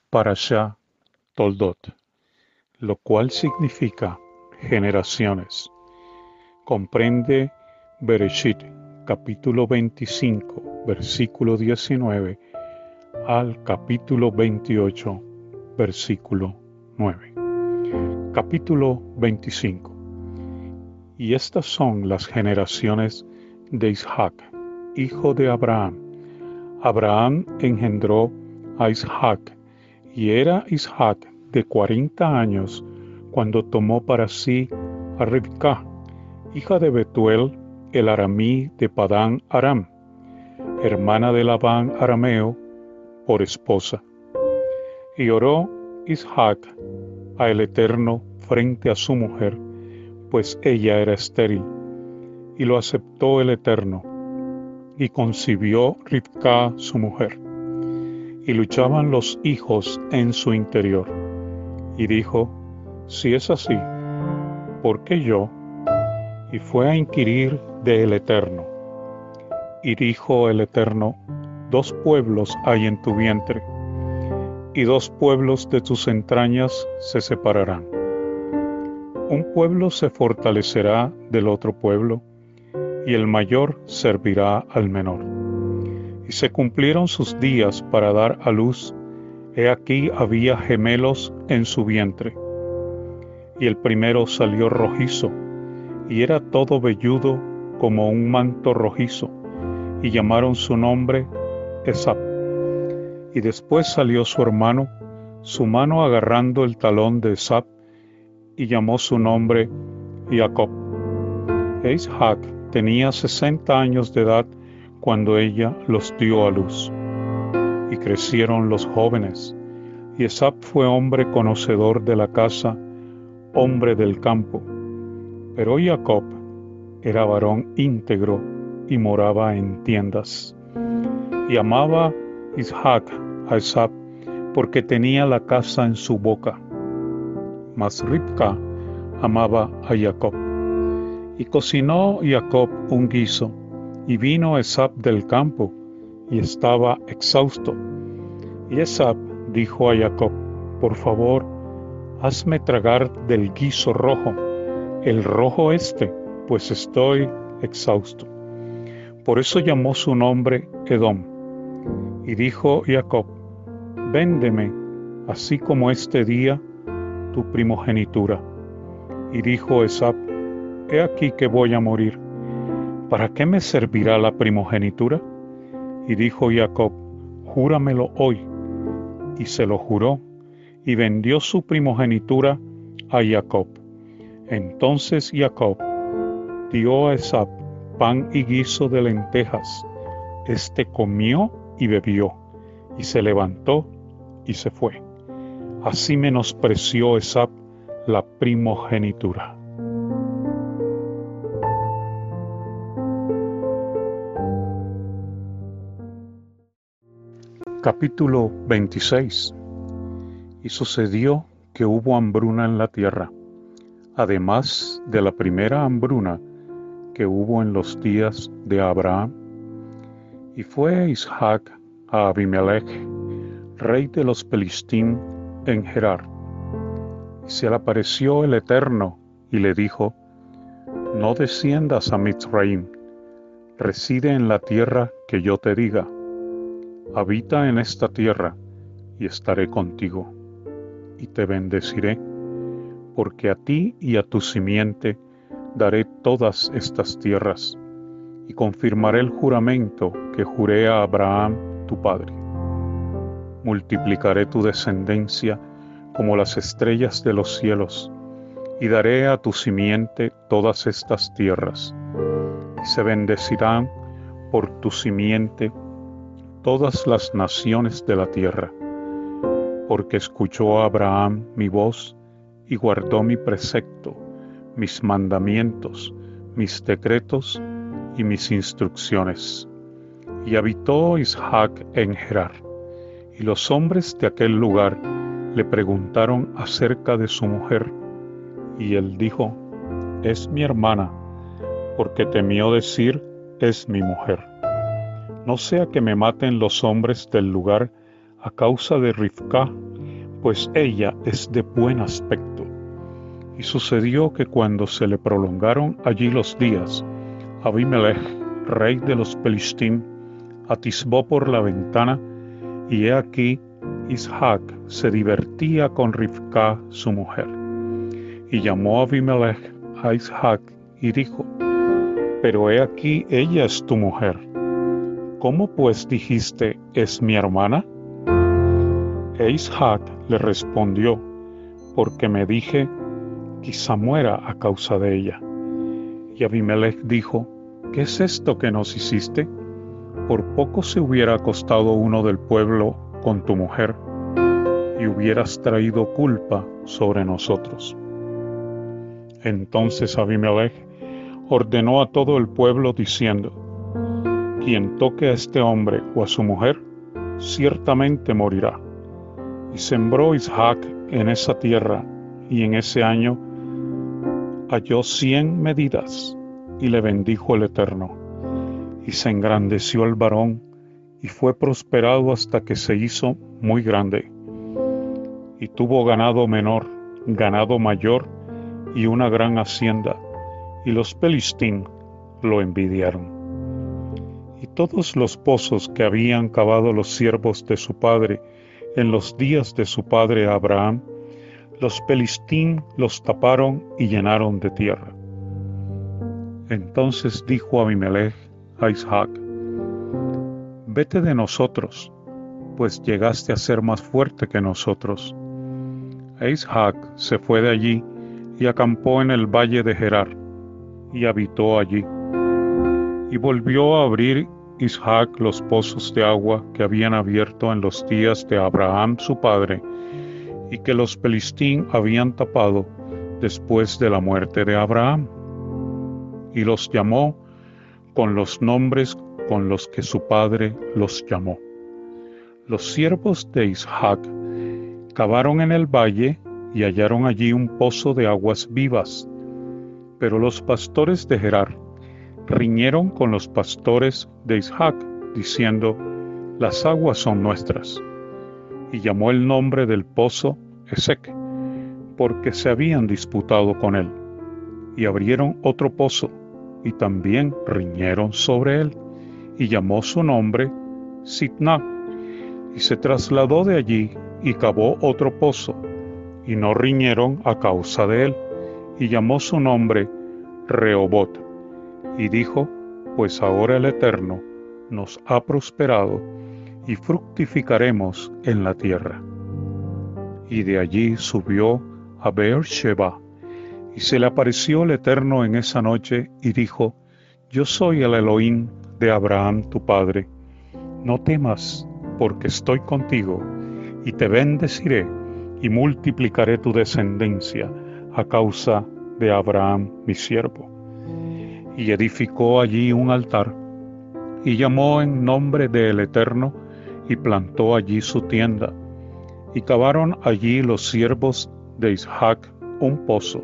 Parashá Toldot, lo cual significa generaciones. Comprende Bereshit, capítulo 25, versículo 19, al capítulo 28, versículo 9. Capítulo 25. Y estas son las generaciones de Isaac, hijo de Abraham. Abraham engendró a Isaac, y era Isaac de 40 años cuando tomó para sí a Ribca, hija de Betuel el aramí de Padán Aram, hermana de Labán arameo, por esposa. Y oró Isaac a el Eterno frente a su mujer, pues ella era estéril, y lo aceptó el Eterno, y concibió Ribca su mujer. Y luchaban los hijos en su interior. Y dijo, si es así, ¿por qué yo? Y fue a inquirir del Eterno. Y dijo el Eterno, 2 pueblos hay en tu vientre, y 2 pueblos de tus entrañas se separarán. Un pueblo se fortalecerá del otro pueblo, y el mayor servirá al menor. Y se cumplieron sus días para dar a luz. He aquí había gemelos en su vientre. Y el primero salió rojizo, y era todo velludo como un manto rojizo, y llamaron su nombre Esap. Y después salió su hermano, su mano agarrando el talón de Esap, y llamó su nombre Jacob. E Isaac tenía 60 años de edad cuando ella los dio a luz. Y crecieron los jóvenes, y Esap fue hombre conocedor de la casa, hombre del campo. Pero Jacob era varón íntegro y moraba en tiendas. Y amaba Isaac a Esap porque tenía la casa en su boca. Mas Ribca amaba a Jacob. Y cocinó Jacob un guiso, y vino Esap del campo, y estaba exhausto. Y Esap dijo a Jacob, por favor, hazme tragar del guiso rojo, el rojo pues estoy exhausto. Por eso llamó su nombre Edom. Y dijo Jacob, véndeme, así como este día, tu primogenitura. Y dijo Esap, he aquí que voy a morir. ¿Para qué me servirá la primogenitura? Y dijo Jacob, júramelo hoy. Y se lo juró, y vendió su primogenitura a Jacob. Entonces Jacob dio a Esap pan y guiso de lentejas. Este comió y bebió, y se levantó y se fue. Así menospreció Esap la primogenitura. Capítulo 26. Y sucedió que hubo hambruna en la tierra, además de la primera hambruna que hubo en los días de Abraham. Y fue Isaac a Abimelech, rey de los Filistín, en Gerar. Y se le apareció el Eterno y le dijo, no desciendas a Mitzraim, reside en la tierra que yo te diga. Habita en esta tierra, y estaré contigo, y te bendeciré, porque a ti y a tu simiente daré todas estas tierras, y confirmaré el juramento que juré a Abraham tu padre. Multiplicaré tu descendencia como las estrellas de los cielos, y daré a tu simiente todas estas tierras, y se bendecirán por tu simiente todas las naciones de la tierra, porque escuchó a Abraham mi voz y guardó mi precepto, mis mandamientos, mis decretos y mis instrucciones. Y habitó Isaac en Gerar, y los hombres de aquel lugar le preguntaron acerca de su mujer, y él dijo, es mi hermana, porque temió decir, es mi mujer. No sea que me maten los hombres del lugar a causa de Ribca, pues ella es de buen aspecto. Y sucedió que cuando se le prolongaron allí los días, Abimelech, rey de los Pelistín, atisbó por la ventana, y he aquí Isaac se divertía con Rivca su mujer. Y llamó a Abimelech a Isaac y dijo: pero he aquí ella es tu mujer. ¿Cómo pues dijiste, es mi hermana? E Isaac le respondió: porque me dije, quizá muera a causa de ella. Y Abimelech dijo: ¿qué es esto que nos hiciste? Por poco se hubiera acostado uno del pueblo con tu mujer, y hubieras traído culpa sobre nosotros. Entonces Abimelech ordenó a todo el pueblo diciendo: quien toque a este hombre o a su mujer, ciertamente morirá. Y sembró Isaac en esa tierra, y en ese año halló 100 medidas, y le bendijo el Eterno. Y se engrandeció el varón, y fue prosperado hasta que se hizo muy grande. Y tuvo ganado menor, ganado mayor, y una gran hacienda, y los Pelistín lo envidiaron. Y todos los pozos que habían cavado los siervos de su padre en los días de su padre Abraham, los Pelistín los taparon y llenaron de tierra. Entonces dijo Abimelech a Isaac: vete de nosotros, pues llegaste a ser más fuerte que nosotros. E Isaac se fue de allí y acampó en el valle de Gerar, y habitó allí. Y volvió a abrir Isaac los pozos de agua que habían abierto en los días de Abraham su padre, y que los Pelistín habían tapado después de la muerte de Abraham. Y los llamó con los nombres con los que su padre los llamó. Los siervos de Isaac cavaron en el valle y hallaron allí un pozo de aguas vivas. Pero los pastores de Gerar riñeron con los pastores de Isaac, diciendo: las aguas son nuestras. Y llamó el nombre del pozo Esek, porque se habían disputado con él. Y abrieron otro pozo, y también riñeron sobre él, y llamó su nombre Sitna. Y se trasladó de allí y cavó otro pozo, y no riñeron a causa de él, y llamó su nombre Rehobot. Y dijo: pues ahora el Eterno nos ha prosperado, y fructificaremos en la tierra. Y de allí subió a Beer-sheba, y se le apareció el Eterno en esa noche, y dijo: yo soy el Elohim de Abraham tu padre. No temas, porque estoy contigo, y te bendeciré, y multiplicaré tu descendencia a causa de Abraham mi siervo. Y edificó allí un altar, y llamó en nombre del Eterno, y plantó allí su tienda. Y cavaron allí los siervos de Isaac un pozo.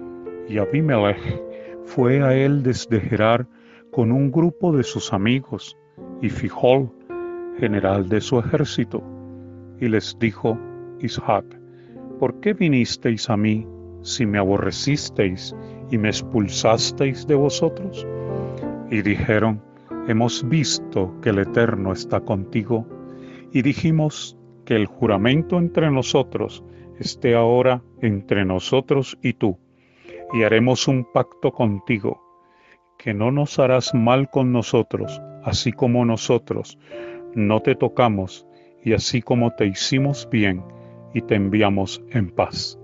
Y Abimelech fue a él desde Gerar con un grupo de sus amigos, y Fijol, general de su ejército. Y les dijo Isaac: ¿por qué vinisteis a mí, si me aborrecisteis y me expulsasteis de vosotros? Y dijeron: hemos visto que el Eterno está contigo, y dijimos: que el juramento entre nosotros esté ahora entre nosotros y tú, y haremos un pacto contigo, que no nos harás mal con nosotros, así como nosotros no te tocamos, y así como te hicimos bien y te enviamos en paz.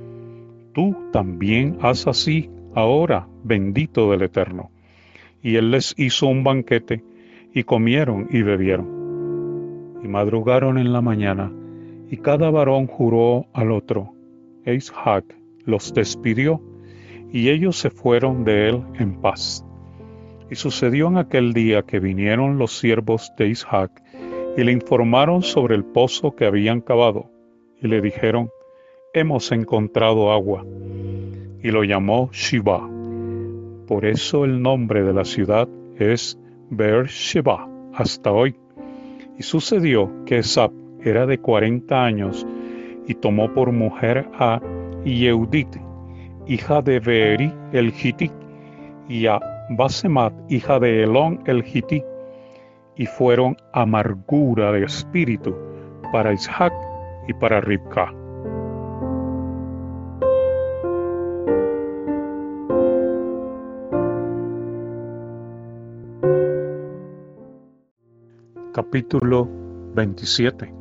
Tú también haz así ahora, bendito del Eterno. Y él les hizo un banquete, y comieron y bebieron. Y madrugaron en la mañana, y cada varón juró al otro. E Isaac los despidió, y ellos se fueron de él en paz. Y sucedió en aquel día que vinieron los siervos de Isaac, y le informaron sobre el pozo que habían cavado, y le dijeron: hemos encontrado agua. Y lo llamó Sheba. Por eso el nombre de la ciudad es Beer-sheba hasta hoy. Y sucedió que Esab era de 40 años, y tomó por mujer a Yehudit, hija de Beeri el Gití, y a Basemat, hija de Elón el Gití, y fueron amargura de espíritu para Isaac y para Ribca. Capítulo 27.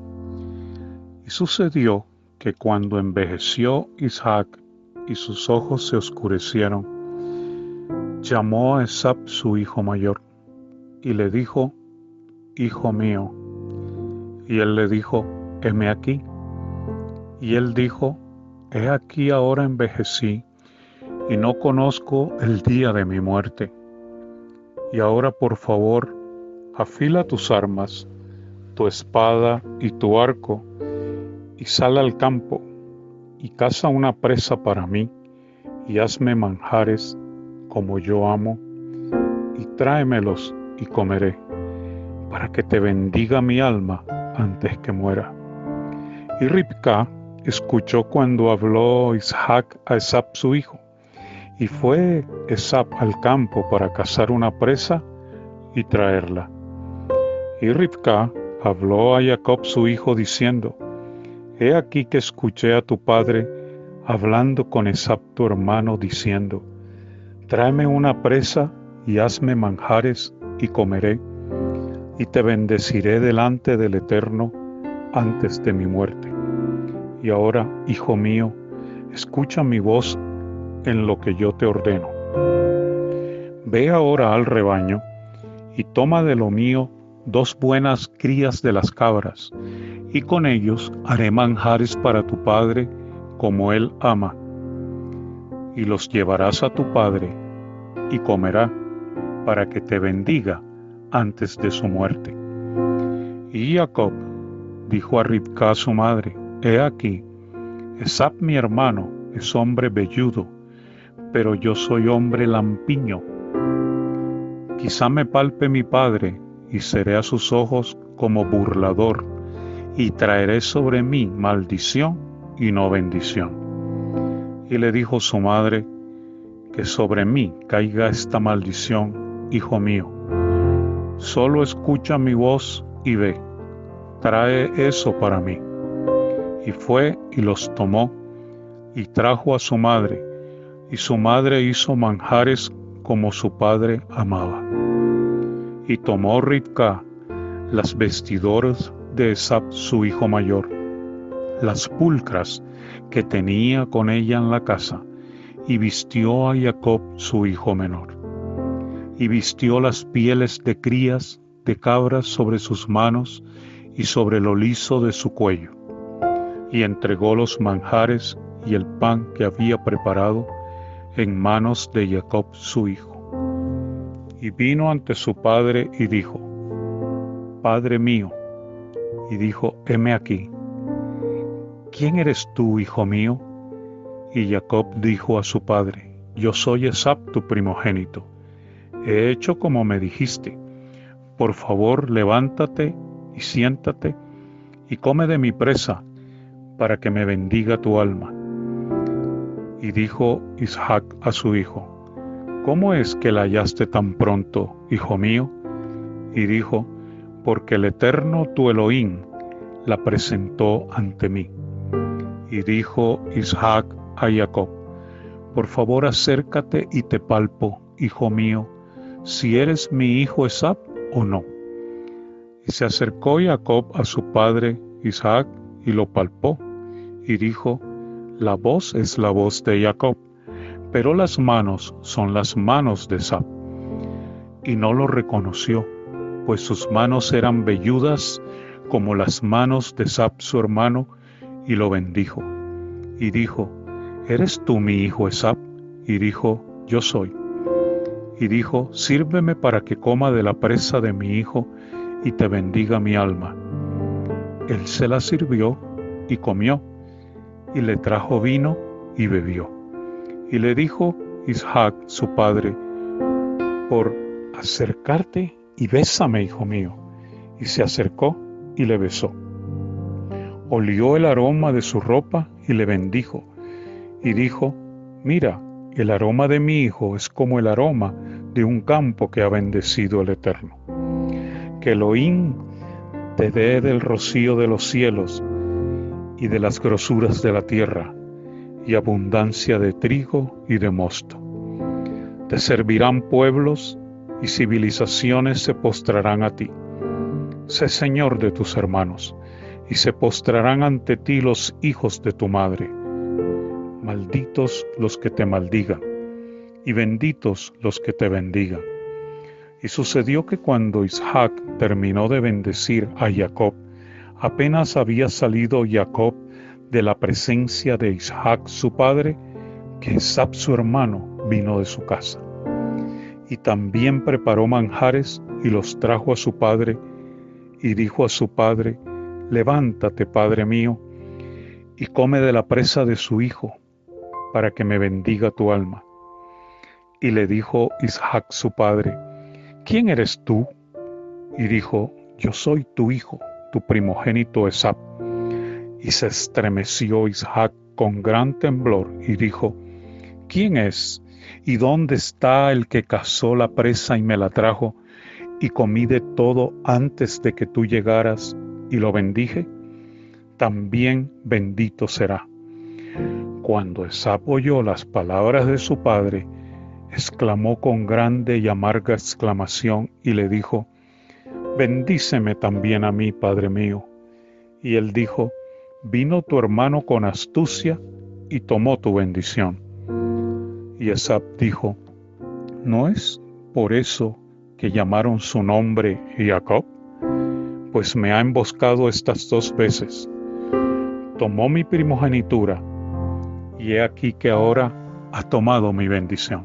Y sucedió que cuando envejeció Isaac y sus ojos se oscurecieron, llamó a Esab su hijo mayor y le dijo: Hijo mío. Y él le dijo: heme aquí. Y él dijo: he aquí ahora envejecí y no conozco el día de mi muerte. Y ahora, por favor, afila tus armas, tu espada y tu arco, y sal al campo, y caza una presa para mí, y hazme manjares como yo amo, y tráemelos y comeré, para que te bendiga mi alma antes que muera. Y Ribca escuchó cuando habló Isaac a Esab su hijo, y fue Esab al campo para cazar una presa y traerla. Y Ribca habló a Jacob su hijo diciendo: he aquí que escuché a tu padre hablando con Esab tu hermano diciendo: tráeme una presa y hazme manjares y comeré, y te bendeciré delante del Eterno antes de mi muerte. Y ahora, hijo mío, escucha mi voz en lo que yo te ordeno. Ve ahora al rebaño y toma de lo mío 2 buenas crías de las cabras, y con ellos haré manjares para tu padre como él ama. Y los llevarás a tu padre, y comerá, para que te bendiga antes de su muerte. Y Jacob dijo a Ribca su madre: he aquí, Esab mi hermano es hombre velludo, pero yo soy hombre lampiño. Quizá me palpe mi padre, y seré a sus ojos como burlador, y traeré sobre mí maldición y no bendición. Y le dijo su madre: que sobre mí caiga esta maldición, hijo mío. Solo escucha mi voz y ve, trae eso para mí. Y fue y los tomó, y trajo a su madre, y su madre hizo manjares como su padre amaba. Y tomó Ribca las vestiduras de Esab su hijo mayor, las pulcras que tenía con ella en la casa, y vistió a Jacob su hijo menor. Y vistió las pieles de crías de cabras sobre sus manos y sobre lo liso de su cuello, y entregó los manjares y el pan que había preparado en manos de Jacob su hijo. Y vino ante su padre y dijo: Padre mío. Y dijo: heme aquí. ¿Quién eres tú, hijo mío? Y Jacob dijo a su padre: yo soy Esab tu primogénito. He hecho como me dijiste. Por favor, levántate y siéntate y come de mi presa, para que me bendiga tu alma. Y dijo Isaac a su hijo: ¿cómo es que la hallaste tan pronto, hijo mío? Y dijo: porque el Eterno tu Elohim la presentó ante mí. Y dijo Isaac a Jacob: por favor, acércate y te palpo, hijo mío, si eres mi hijo Esab o no. Y se acercó Jacob a su padre Isaac y lo palpó, y dijo: la voz es la voz de Jacob, pero las manos son las manos de Esab. Y no lo reconoció, pues sus manos eran velludas como las manos de Esab su hermano, y lo bendijo. Y dijo: ¿eres tú mi hijo Esab? Y dijo: yo soy. Y dijo: sírveme para que coma de la presa de mi hijo, y te bendiga mi alma. Él se la sirvió y comió, y le trajo vino y bebió. Y le dijo Isaac su padre: por acercarte y bésame, hijo mío. Y se acercó y le besó. olió el aroma de su ropa y le bendijo, y dijo: Mira, el aroma de mi hijo es como el aroma de un campo que ha bendecido el Eterno. Que Elohim te dé del rocío de los cielos y de las grosuras de la tierra, y abundancia de trigo y de mosto. Te servirán pueblos y civilizaciones se postrarán a ti. Sé señor de tus hermanos, y se postrarán ante ti los hijos de tu madre. Malditos los que te maldigan, y benditos los que te bendigan. Y sucedió que cuando Isaac terminó de bendecir a Jacob, apenas había salido Jacob de la presencia de Isaac su padre, que Esab su hermano vino de su casa. Y también preparó manjares y los trajo a su padre, y dijo a su padre: Levántate, padre mío, y come de la presa de su hijo, para que me bendiga tu alma. Y le dijo Isaac su padre: ¿Quién eres tú? Y dijo: Yo soy tu hijo, tu primogénito Esab. Y se estremeció Isaac con gran temblor y dijo: ¿Quién es? ¿Y dónde está el que cazó la presa y me la trajo? Y comí de todo antes de que tú llegaras y lo bendije. También bendito será. Cuando Esab oyó las palabras de su padre, exclamó con grande y amarga exclamación y le dijo: Bendíceme también a mí, padre mío. Y él dijo: Vino tu hermano con astucia y tomó tu bendición. Y Esab dijo: ¿No es por eso que llamaron su nombre Jacob? Pues me ha emboscado estas 2 veces. Tomó mi primogenitura, y he aquí que ahora ha tomado mi bendición.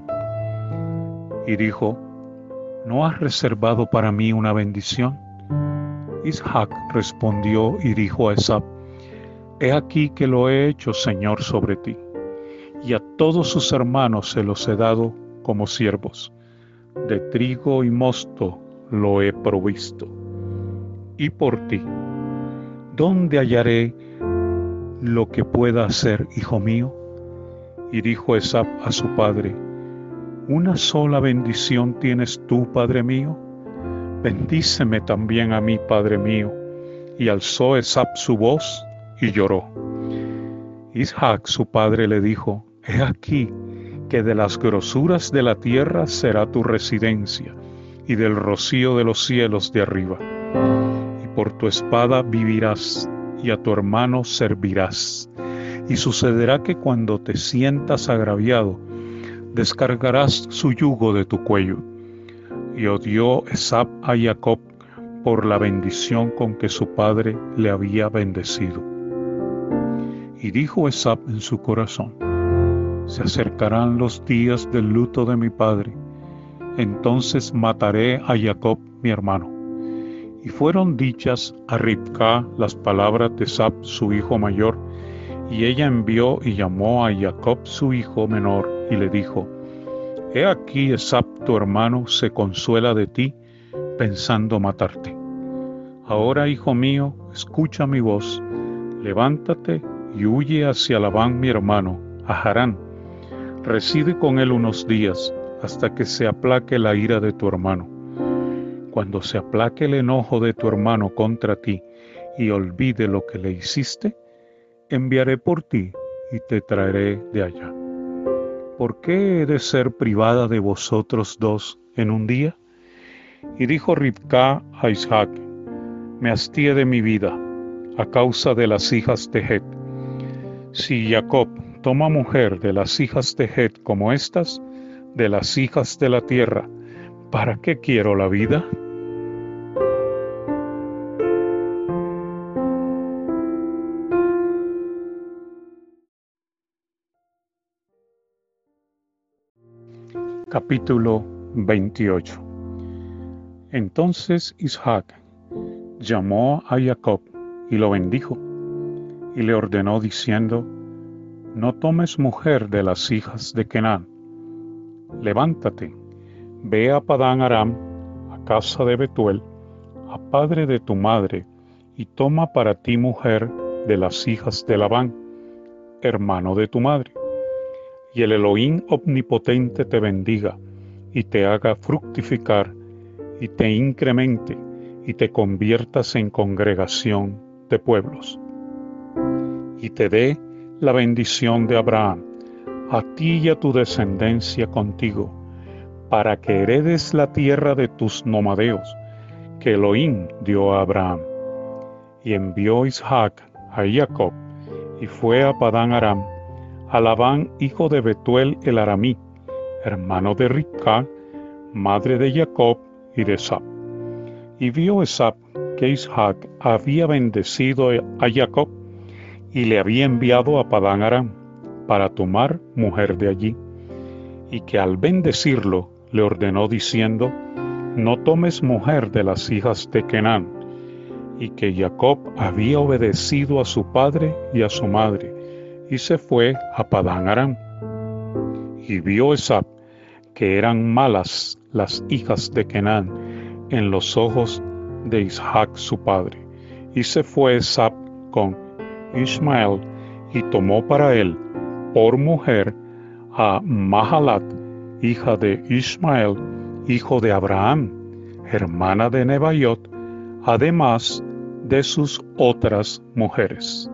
Y dijo: ¿No has reservado para mí una bendición? Isaac respondió y dijo a Esab: He aquí que lo he hecho señor sobre ti, y a todos sus hermanos se los he dado como siervos. De trigo y mosto lo he provisto. Y por ti, ¿dónde hallaré lo que pueda hacer, hijo mío? Y dijo Esab a su padre: ¿Una sola bendición tienes tú, padre mío? Bendíceme también a mí, padre mío. Y alzó Esab su voz y lloró. Isaac su padre le dijo: He aquí que de las grosuras de la tierra será tu residencia, y del rocío de los cielos de arriba. Y por tu espada vivirás, y a tu hermano servirás. Y sucederá que cuando te sientas agraviado, descargarás su yugo de tu cuello. Y odió Esab a Jacob por la bendición con que su padre le había bendecido. Y dijo Esab en su corazón: Se acercarán los días del luto de mi padre, entonces mataré a Jacob mi hermano. Y fueron dichas a Ribca las palabras de Esab su hijo mayor, y ella envió y llamó a Jacob su hijo menor, y le dijo: He aquí Esab tu hermano se consuela de ti, pensando matarte. Ahora, hijo mío, escucha mi voz, levántate y huye hacia Labán mi hermano, a Harán. Reside con él unos días, hasta que se aplaque la ira de tu hermano. Cuando se aplaque el enojo de tu hermano contra ti y olvide lo que le hiciste, enviaré por ti y te traeré de allá. ¿Por qué he de ser privada de vosotros 2 en un día? Y dijo Ribca a Isaac: Me hastié de mi vida a causa de las hijas de Het. Si Jacob toma mujer de las hijas de Het como estas, de las hijas de la tierra, ¿para qué quiero la vida? Capítulo 28. Entonces Isaac llamó a Jacob y lo bendijo, y le ordenó diciendo: No tomes mujer de las hijas de Canaán. Levántate, ve a Padán Aram, a casa de Betuel, a padre de tu madre, y toma para ti mujer de las hijas de Labán, hermano de tu madre. Y el Elohim omnipotente te bendiga, y te haga fructificar, y te incremente, y te conviertas en congregación de pueblos. Y te dé la bendición de Abraham, a ti y a tu descendencia contigo, para que heredes la tierra de tus nomadeos, que Elohim dio a Abraham. Y envió Isaac a Jacob, y fue a Padán Aram, a Labán, hijo de Betuel el aramí, hermano de Ribca, madre de Jacob y de Esab. Y vio Esab que Isaac había bendecido a Jacob, y le había enviado a Padán Aram, para tomar mujer de allí, y que al bendecirlo le ordenó diciendo: no tomes mujer de las hijas de Canaán, y que Jacob había obedecido a su padre y a su madre, y se fue a Padán Aram. Y vio Esab que eran malas las hijas de Canaán en los ojos de Isaac su padre, y se fue Esab con Ismael, y tomó para él por mujer a Mahalat, hija de Ismael, hijo de Abraham, hermana de Nebaiot, además de sus otras mujeres.